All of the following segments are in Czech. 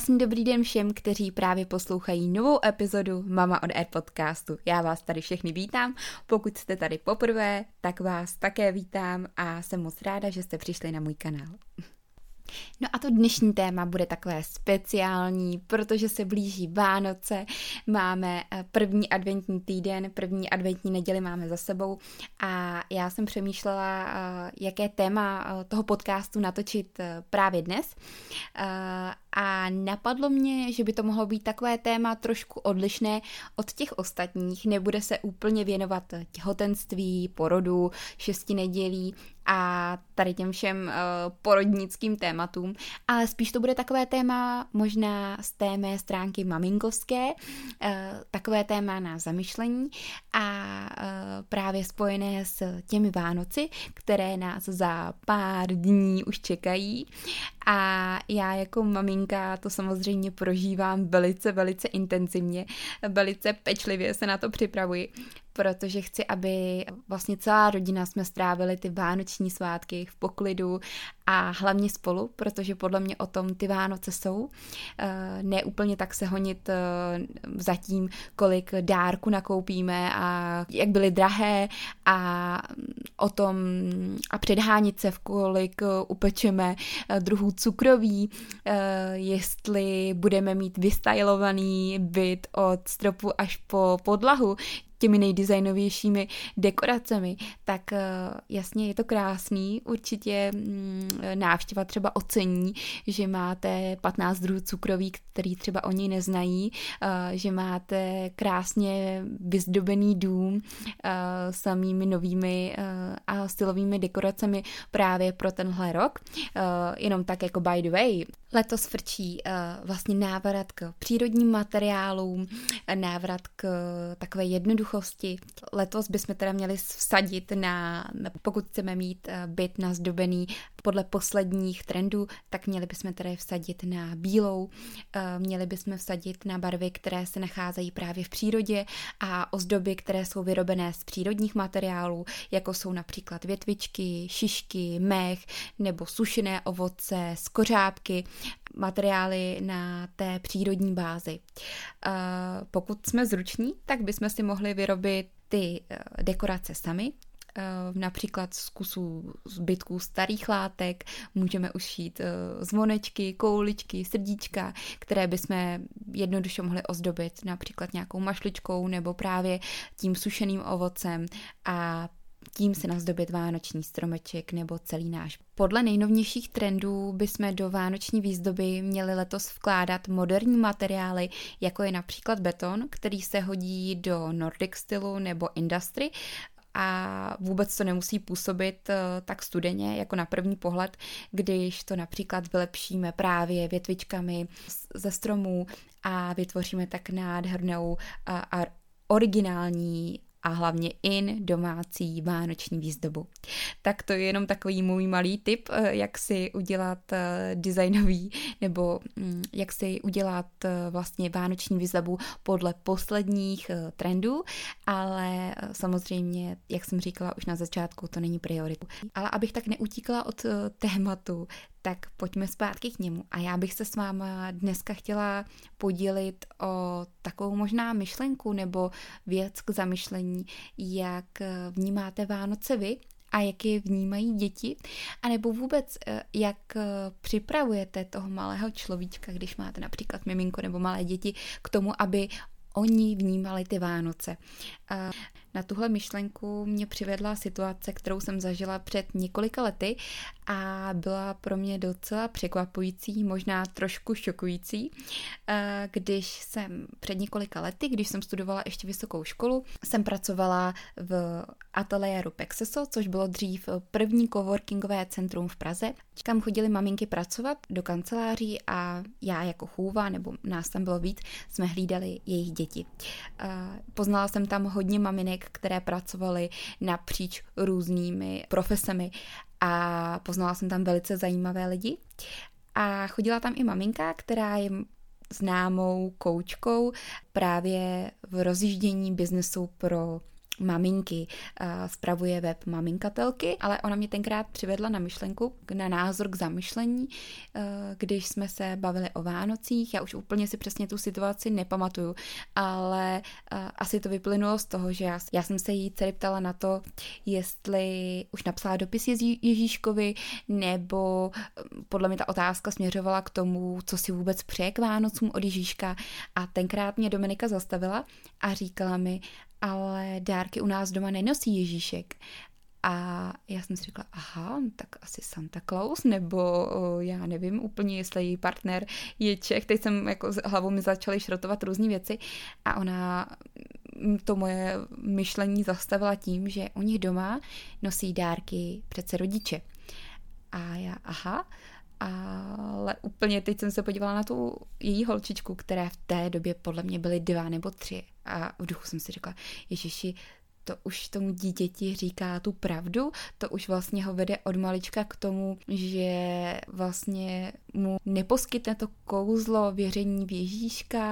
Krásný dobrý den všem, kteří právě poslouchají novou epizodu Mama on Air podcastu. Já vás tady všechny vítám, pokud jste tady poprvé, tak vás také vítám a jsem moc ráda, že jste přišli na můj kanál. No a to dnešní téma bude takové speciální, protože se blíží Vánoce, máme první adventní týden, první adventní neděli máme za sebou a já jsem přemýšlela, jaké téma toho podcastu natočit právě dnes a napadlo mě, že by to mohlo být takové téma trošku odlišné od těch ostatních, nebude se úplně věnovat těhotenství, porodu, 6 nedělí a tady těm všem porodnickým tématům, ale spíš to bude takové téma možná z té mé stránky maminkovské, takové téma na zamyšlení a právě spojené s těmi Vánoci, které nás za pár dní už čekají a já jako maminka to samozřejmě prožívám velice, velice intenzivně, velice pečlivě se na to připravuji, protože chci, aby vlastně celá rodina jsme strávili ty vánoční svátky v poklidu a hlavně spolu, protože podle mě o tom ty Vánoce jsou. Ne úplně tak se honit za tím, kolik dárku nakoupíme a jak byly drahé a o tom a předhánit se, v kolik upečeme druhů cukroví, jestli budeme mít vystylovaný byt od stropu až po podlahu, těmi nejdesignovějšími dekoracemi, tak jasně je to krásný, určitě návštěva třeba ocení, že máte 15 druhů cukroví, který třeba oni neznají, že máte krásně vyzdobený dům samými novými a stylovými dekoracemi právě pro tenhle rok. Jenom tak jako by the way, letos frčí vlastně návrat k přírodním materiálům, návrat k takové jednoduchosti. Letos bychom teda měli vsadit pokud chceme mít byt nazdobený podle posledních trendů, tak měli bychom teda vsadit na bílou, měli bychom vsadit na barvy, které se nacházejí právě v přírodě a ozdoby, které jsou vyrobené z přírodních materiálů, jako jsou například větvičky, šišky, mech nebo sušené ovoce, skořápky, materiály na té přírodní bázi. Pokud jsme zruční, tak bychom si mohli vyrobit ty dekorace sami, například z kusů zbytků starých látek, můžeme ušít zvonečky, kouličky, srdíčka, které bychom jednoduše mohli ozdobit například nějakou mašličkou nebo právě tím sušeným ovocem a tím se nazdobit vánoční stromeček nebo celý náš. Podle nejnovějších trendů bychom do vánoční výzdoby měli letos vkládat moderní materiály, jako je například beton, který se hodí do Nordic stylu nebo industry, a vůbec to nemusí působit tak studeně, jako na první pohled, když to například vylepšíme právě větvičkami ze stromů a vytvoříme tak nádhernou a originální a hlavně domácí vánoční výzdobu. Tak to je jenom takový můj malý tip, jak si udělat designový nebo jak si udělat vlastně vánoční výzdobu podle posledních trendů, ale samozřejmě, jak jsem říkala už na začátku, to není prioritu. Ale abych tak neutíkala od tématu, tak pojďme zpátky k němu. A já bych se s váma dneska chtěla podělit o takovou možná myšlenku nebo věc k zamyšlení, jak vnímáte Vánoce vy a jak je vnímají děti, anebo vůbec jak připravujete toho malého človíčka, když máte například miminko nebo malé děti, k tomu, aby oni vnímali ty Vánoce. Na tuhle myšlenku mě přivedla situace, kterou jsem zažila před několika lety a byla pro mě docela překvapující, možná trošku šokující, když jsem před několika lety, když jsem studovala ještě vysokou školu, jsem pracovala v ateliéru Pexeso, což bylo dřív první coworkingové centrum v Praze, kam chodily maminky pracovat do kanceláří a já jako chůva, nebo nás tam bylo víc, jsme hlídali jejich děti. Poznala jsem tam hodně maminek, které pracovaly napříč různými profesemi a poznala jsem tam velice zajímavé lidi. A chodila tam i maminka, která je známou koučkou právě v rozjíždění biznesu pro maminky, spravuje web Maminkatelky, ale ona mě tenkrát přivedla na myšlenku, na názor k zamyšlení, když jsme se bavili o Vánocích. Já už úplně si přesně tu situaci nepamatuju, ale asi to vyplynulo z toho, že já jsem se jí dcery ptala na to, jestli už napsala dopis Ježíškovi, nebo podle mě ta otázka směřovala k tomu, co si vůbec přeje k Vánocům od Ježíška, a tenkrát mě Dominika zastavila a říkala mi, ale dárky u nás doma nenosí Ježíšek. A já jsem si řekla, aha, tak asi Santa Claus, nebo já nevím úplně, jestli její partner je Čech. Teď jsem jako hlavou mi začaly šrotovat různý věci a ona to moje myšlení zastavila tím, že u nich doma nosí dárky přece rodiče. A já, aha, ale úplně teď jsem se podívala na tu její holčičku, které v té době podle mě byly 2 nebo 3 a v duchu jsem si řekla, Ježiši, to už tomu dítěti říká tu pravdu, to už vlastně ho vede od malička k tomu, že vlastně mu neposkytne to kouzlo věření v Ježíška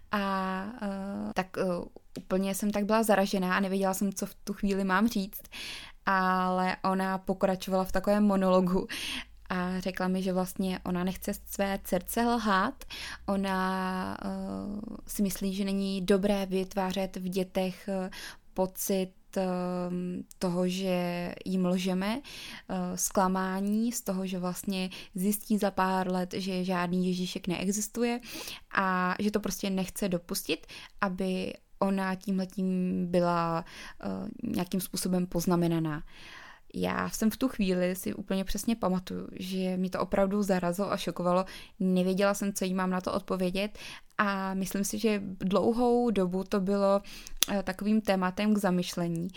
tak úplně jsem tak byla zaražená a nevěděla jsem, co v tu chvíli mám říct, ale ona pokračovala v takovém monologu a řekla mi, že vlastně ona nechce své dcerce lhát, ona si myslí, že není dobré vytvářet v dětech pocit toho, že jim lžeme, zklamání z toho, že vlastně zjistí za pár let, že žádný Ježíšek neexistuje a že to prostě nechce dopustit, aby ona tímhletím byla nějakým způsobem poznamenaná. Já jsem v tu chvíli si úplně přesně pamatuju, že mi to opravdu zarazilo a šokovalo. Nevěděla jsem, co jí mám na to odpovědět a myslím si, že dlouhou dobu to bylo takovým tématem k zamyšlení.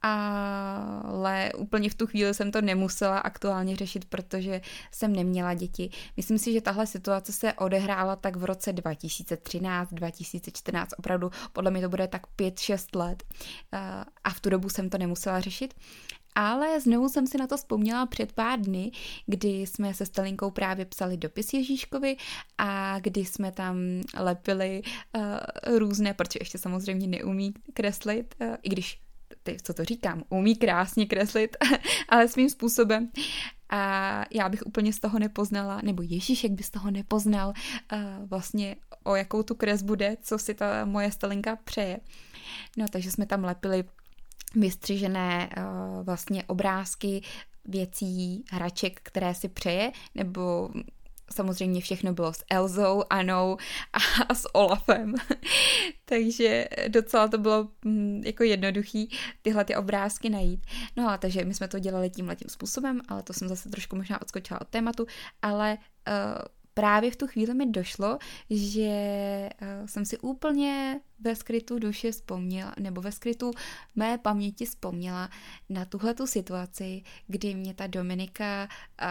Ale úplně v tu chvíli jsem to nemusela aktuálně řešit, protože jsem neměla děti. Myslím si, že tahle situace se odehrála tak v roce 2013, 2014, opravdu podle mě to bude tak 5-6 let a v tu dobu jsem to nemusela řešit. Ale znovu jsem si na to vzpomněla před pár dny, kdy jsme se Stelinkou právě psali dopis Ježíškovi a kdy jsme tam lepili různé, protože ještě samozřejmě neumí kreslit, i když co to říkám, umí krásně kreslit, ale svým způsobem. A já bych úplně z toho nepoznala, nebo Ježíšek by z toho nepoznal vlastně o jakou tu kresbu jde, co si ta moje Stelinka přeje. No, takže jsme tam lepili vystřižené vlastně obrázky věcí, hraček, které si přeje, nebo samozřejmě všechno bylo s Elzou, Anou a s Olafem. Takže docela to bylo jako jednoduchý tyhle ty obrázky najít. No a takže my jsme to dělali tímhletím způsobem, ale to jsem zase trošku možná odskočila od tématu, ale právě v tu chvíli mi došlo, že jsem si úplně ve skrytu duše vzpomněla, nebo ve skrytu mé paměti vzpomněla na tuhletu situaci, kdy mě ta Dominika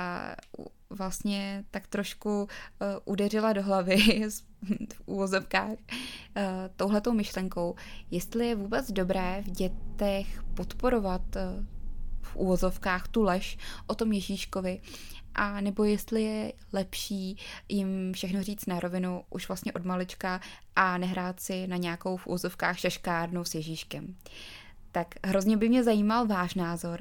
vlastně tak trošku udeřila do hlavy v úvozovkách touhletou myšlenkou, jestli je vůbec dobré v dětech podporovat v úvozovkách tu lež o tom Ježíškovi, a nebo jestli je lepší jim všechno říct na rovinu už vlastně od malička a nehrát si na nějakou v úvozovkách šaškárnu s Ježíškem. Tak hrozně by mě zajímal váš názor,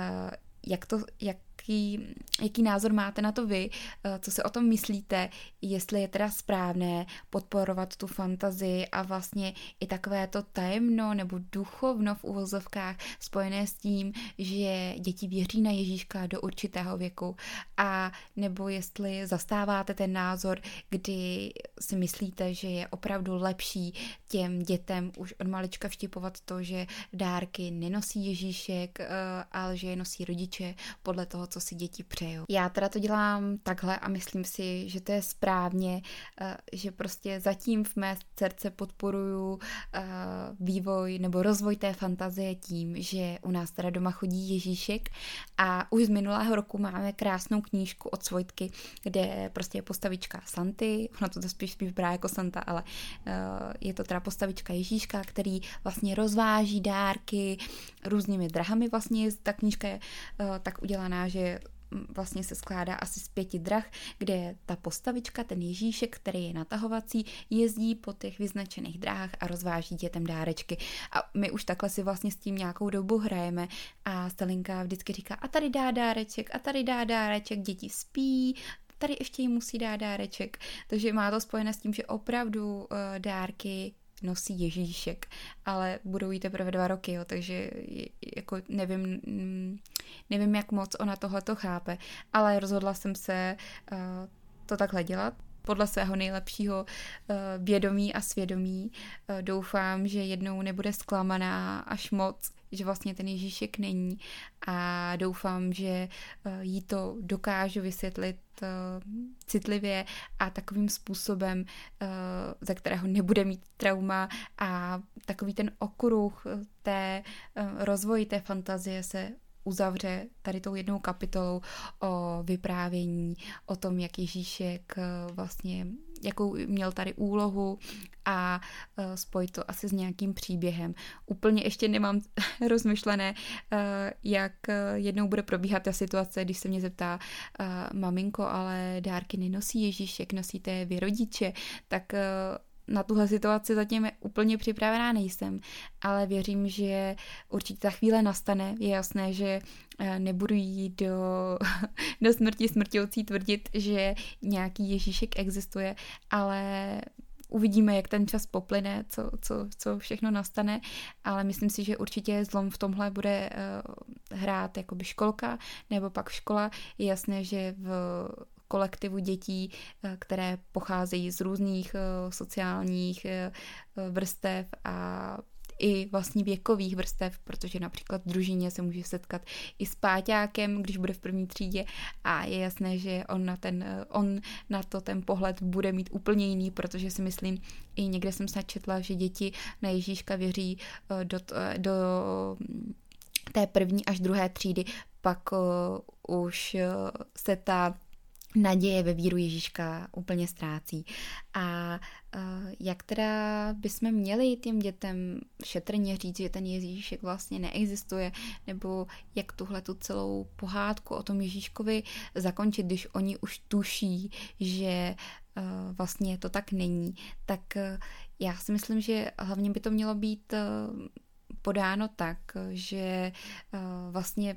jaký názor máte na to vy, co si o tom myslíte, jestli je teda správné podporovat tu fantazii a vlastně i takové to tajemno nebo duchovno v uvozovkách spojené s tím, že děti věří na Ježíška do určitého věku, a nebo jestli zastáváte ten názor, kdy si myslíte, že je opravdu lepší těm dětem už od malička vštipovat to, že dárky nenosí Ježíšek, ale že je nosí rodiče podle toho, co si děti přejou. Já teda to dělám takhle a myslím si, že to je správně, že prostě zatím v mé dcerce podporuju vývoj nebo rozvoj té fantazie tím, že u nás teda doma chodí Ježíšek a už z minulého roku máme krásnou knížku od Svojtky, kde prostě je postavička Santy, ona to spíš vypadá jako Santa, ale je to teda postavička Ježíška, který vlastně rozváží dárky různými drahami, vlastně ta knížka je tak udělaná, že vlastně se skládá asi z 5 drah, kde je ta postavička, ten Ježíšek, který je natahovací, jezdí po těch vyznačených dráhách a rozváží dětem dárečky. A my už takhle si vlastně s tím nějakou dobu hrajeme a Stelinka vždycky říká, a tady dá dáreček, děti spí, tady ještě jí musí dát dáreček. Takže má to spojené s tím, že opravdu dárky nosí Ježíšek, ale budou jí teprve 2 roky, jo, takže jako nevím, jak moc ona tohleto chápe, ale rozhodla jsem se to takhle dělat podle svého nejlepšího vědomí a svědomí. Doufám, že jednou nebude zklamaná až moc, že vlastně ten Ježíšek není a doufám, že jí to dokážu vysvětlit citlivě a takovým způsobem, ze kterého nebude mít trauma a takový ten okruh rozvoji té fantazie se uzavře tady tou jednou kapitolou o vyprávění, o tom, jak Ježíšek vlastně, jakou měl tady úlohu a spojit to asi s nějakým příběhem. Úplně ještě nemám rozmyšlené, jak jednou bude probíhat ta situace, když se mě zeptá maminko, ale dárky nenosí Ježíšek, nosíte vy rodiče, tak na tuhle situaci zatím úplně připravená nejsem, ale věřím, že určitě ta chvíle nastane. Je jasné, že nebudu jít do smrti smrtící tvrdit, že nějaký Ježíšek existuje, ale uvidíme, jak ten čas poplyne, co všechno nastane, ale myslím si, že určitě zlom v tomhle bude hrát jakoby školka nebo pak škola. Je jasné, že v kolektivu dětí, které pocházejí z různých sociálních vrstev a i vlastně věkových vrstev, protože například v družině se může setkat i s páťákem, když bude v první třídě a je jasné, že on na to ten pohled bude mít úplně jiný, protože si myslím, i někde jsem snad četla, že děti na Ježíška věří do té 1. až 2. třídy, pak už se ta naděje ve víru Ježíška úplně ztrácí. A jak teda bychom měli těm dětem šetrně říct, že ten Ježíšek vlastně neexistuje, nebo jak tuhle tu celou pohádku o tom Ježíškovi zakončit, když oni už tuší, že vlastně to tak není, tak já si myslím, že hlavně by to mělo být podáno tak, že vlastně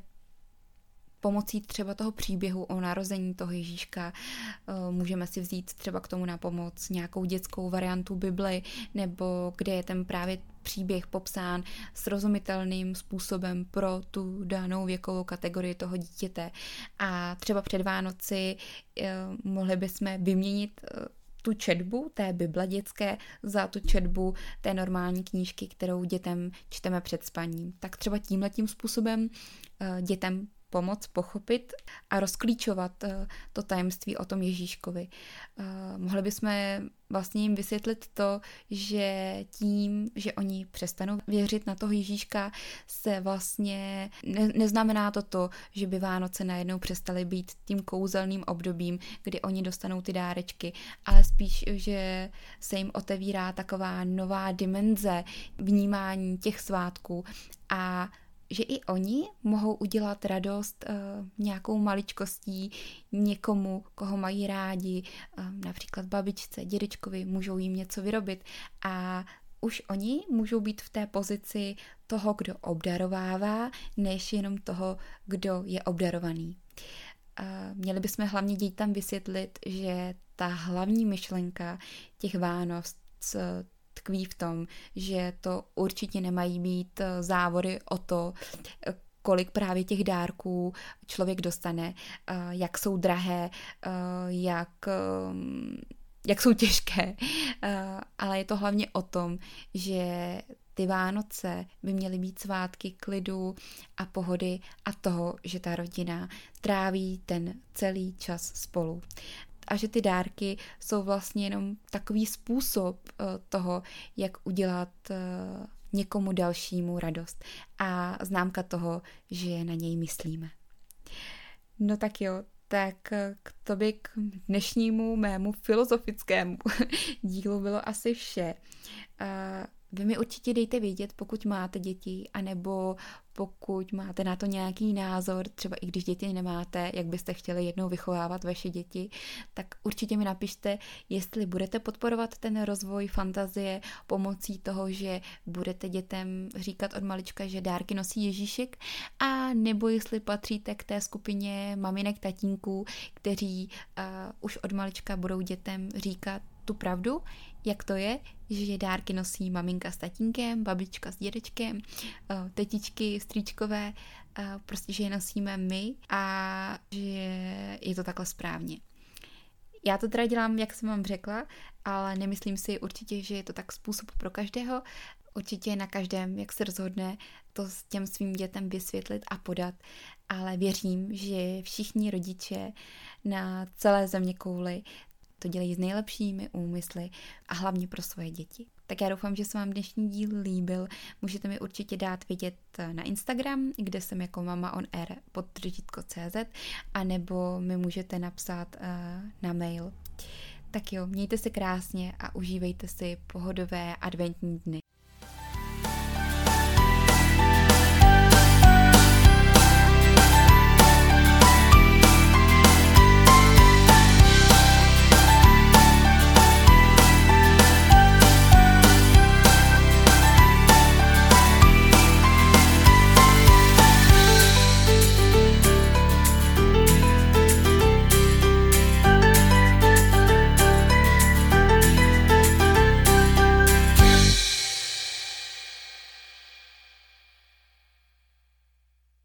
pomocí třeba toho příběhu o narození toho Ježíška můžeme si vzít třeba k tomu na pomoc nějakou dětskou variantu Bibli, nebo kde je ten právě příběh popsán srozumitelným způsobem pro tu danou věkovou kategorii toho dítěte. A třeba před Vánoci mohli bychom vyměnit tu četbu té Bible dětské za tu četbu té normální knížky, kterou dětem čteme před spaním. Tak třeba tímhletím způsobem dětem pomoct pochopit a rozklíčovat to tajemství o tom Ježíškovi. Mohli bychom vlastně jim vysvětlit to, že tím, že oni přestanou věřit na toho Ježíška, se vlastně neznamená to, že by Vánoce najednou přestaly být tím kouzelným obdobím, kdy oni dostanou ty dárečky, ale spíš, že se jim otevírá taková nová dimenze vnímání těch svátků a že i oni mohou udělat radost nějakou maličkostí někomu, koho mají rádi, například babičce, dědečkovi, můžou jim něco vyrobit a už oni můžou být v té pozici toho, kdo obdarovává, než jenom toho, kdo je obdarovaný. Měli bychom hlavně dětem vysvětlit, že ta hlavní myšlenka těch Vánoc tkví v tom, že to určitě nemají být závody o to, kolik právě těch dárků člověk dostane, jak jsou drahé, jak jsou těžké, ale je to hlavně o tom, že ty Vánoce by měly být svátky klidu a pohody a toho, že ta rodina tráví ten celý čas spolu. A že ty dárky jsou vlastně jenom takový způsob toho, jak udělat někomu dalšímu radost a známka toho, že na něj myslíme. No tak jo, tak k dnešnímu mému filozofickému dílu bylo asi vše. Vy mi určitě dejte vědět, pokud máte děti, anebo pokud máte na to nějaký názor, třeba i když děti nemáte, jak byste chtěli jednou vychovávat vaše děti, tak určitě mi napište, jestli budete podporovat ten rozvoj fantazie pomocí toho, že budete dětem říkat od malička, že dárky nosí Ježíšek, a nebo jestli patříte k té skupině maminek, tatínků, kteří už od malička budou dětem říkat tu pravdu, jak to je, že dárky nosí maminka s tatínkem, babička s dědečkem, tetičky, strýčkové, prostě, že je nosíme my a že je to takhle správně. Já to teda dělám, jak jsem vám řekla, ale nemyslím si určitě, že je to tak způsob pro každého. Určitě na každém, jak se rozhodne to s těm svým dětem vysvětlit a podat, ale věřím, že všichni rodiče na celé zeměkouli to dělají s nejlepšími úmysly a hlavně pro svoje děti. Tak já doufám, že se vám dnešní díl líbil. Můžete mi určitě dát vědět na Instagram, kde jsem jako mamaonair_cz, anebo mi můžete napsat na mail. Tak jo, mějte se krásně a užívejte si pohodové adventní dny.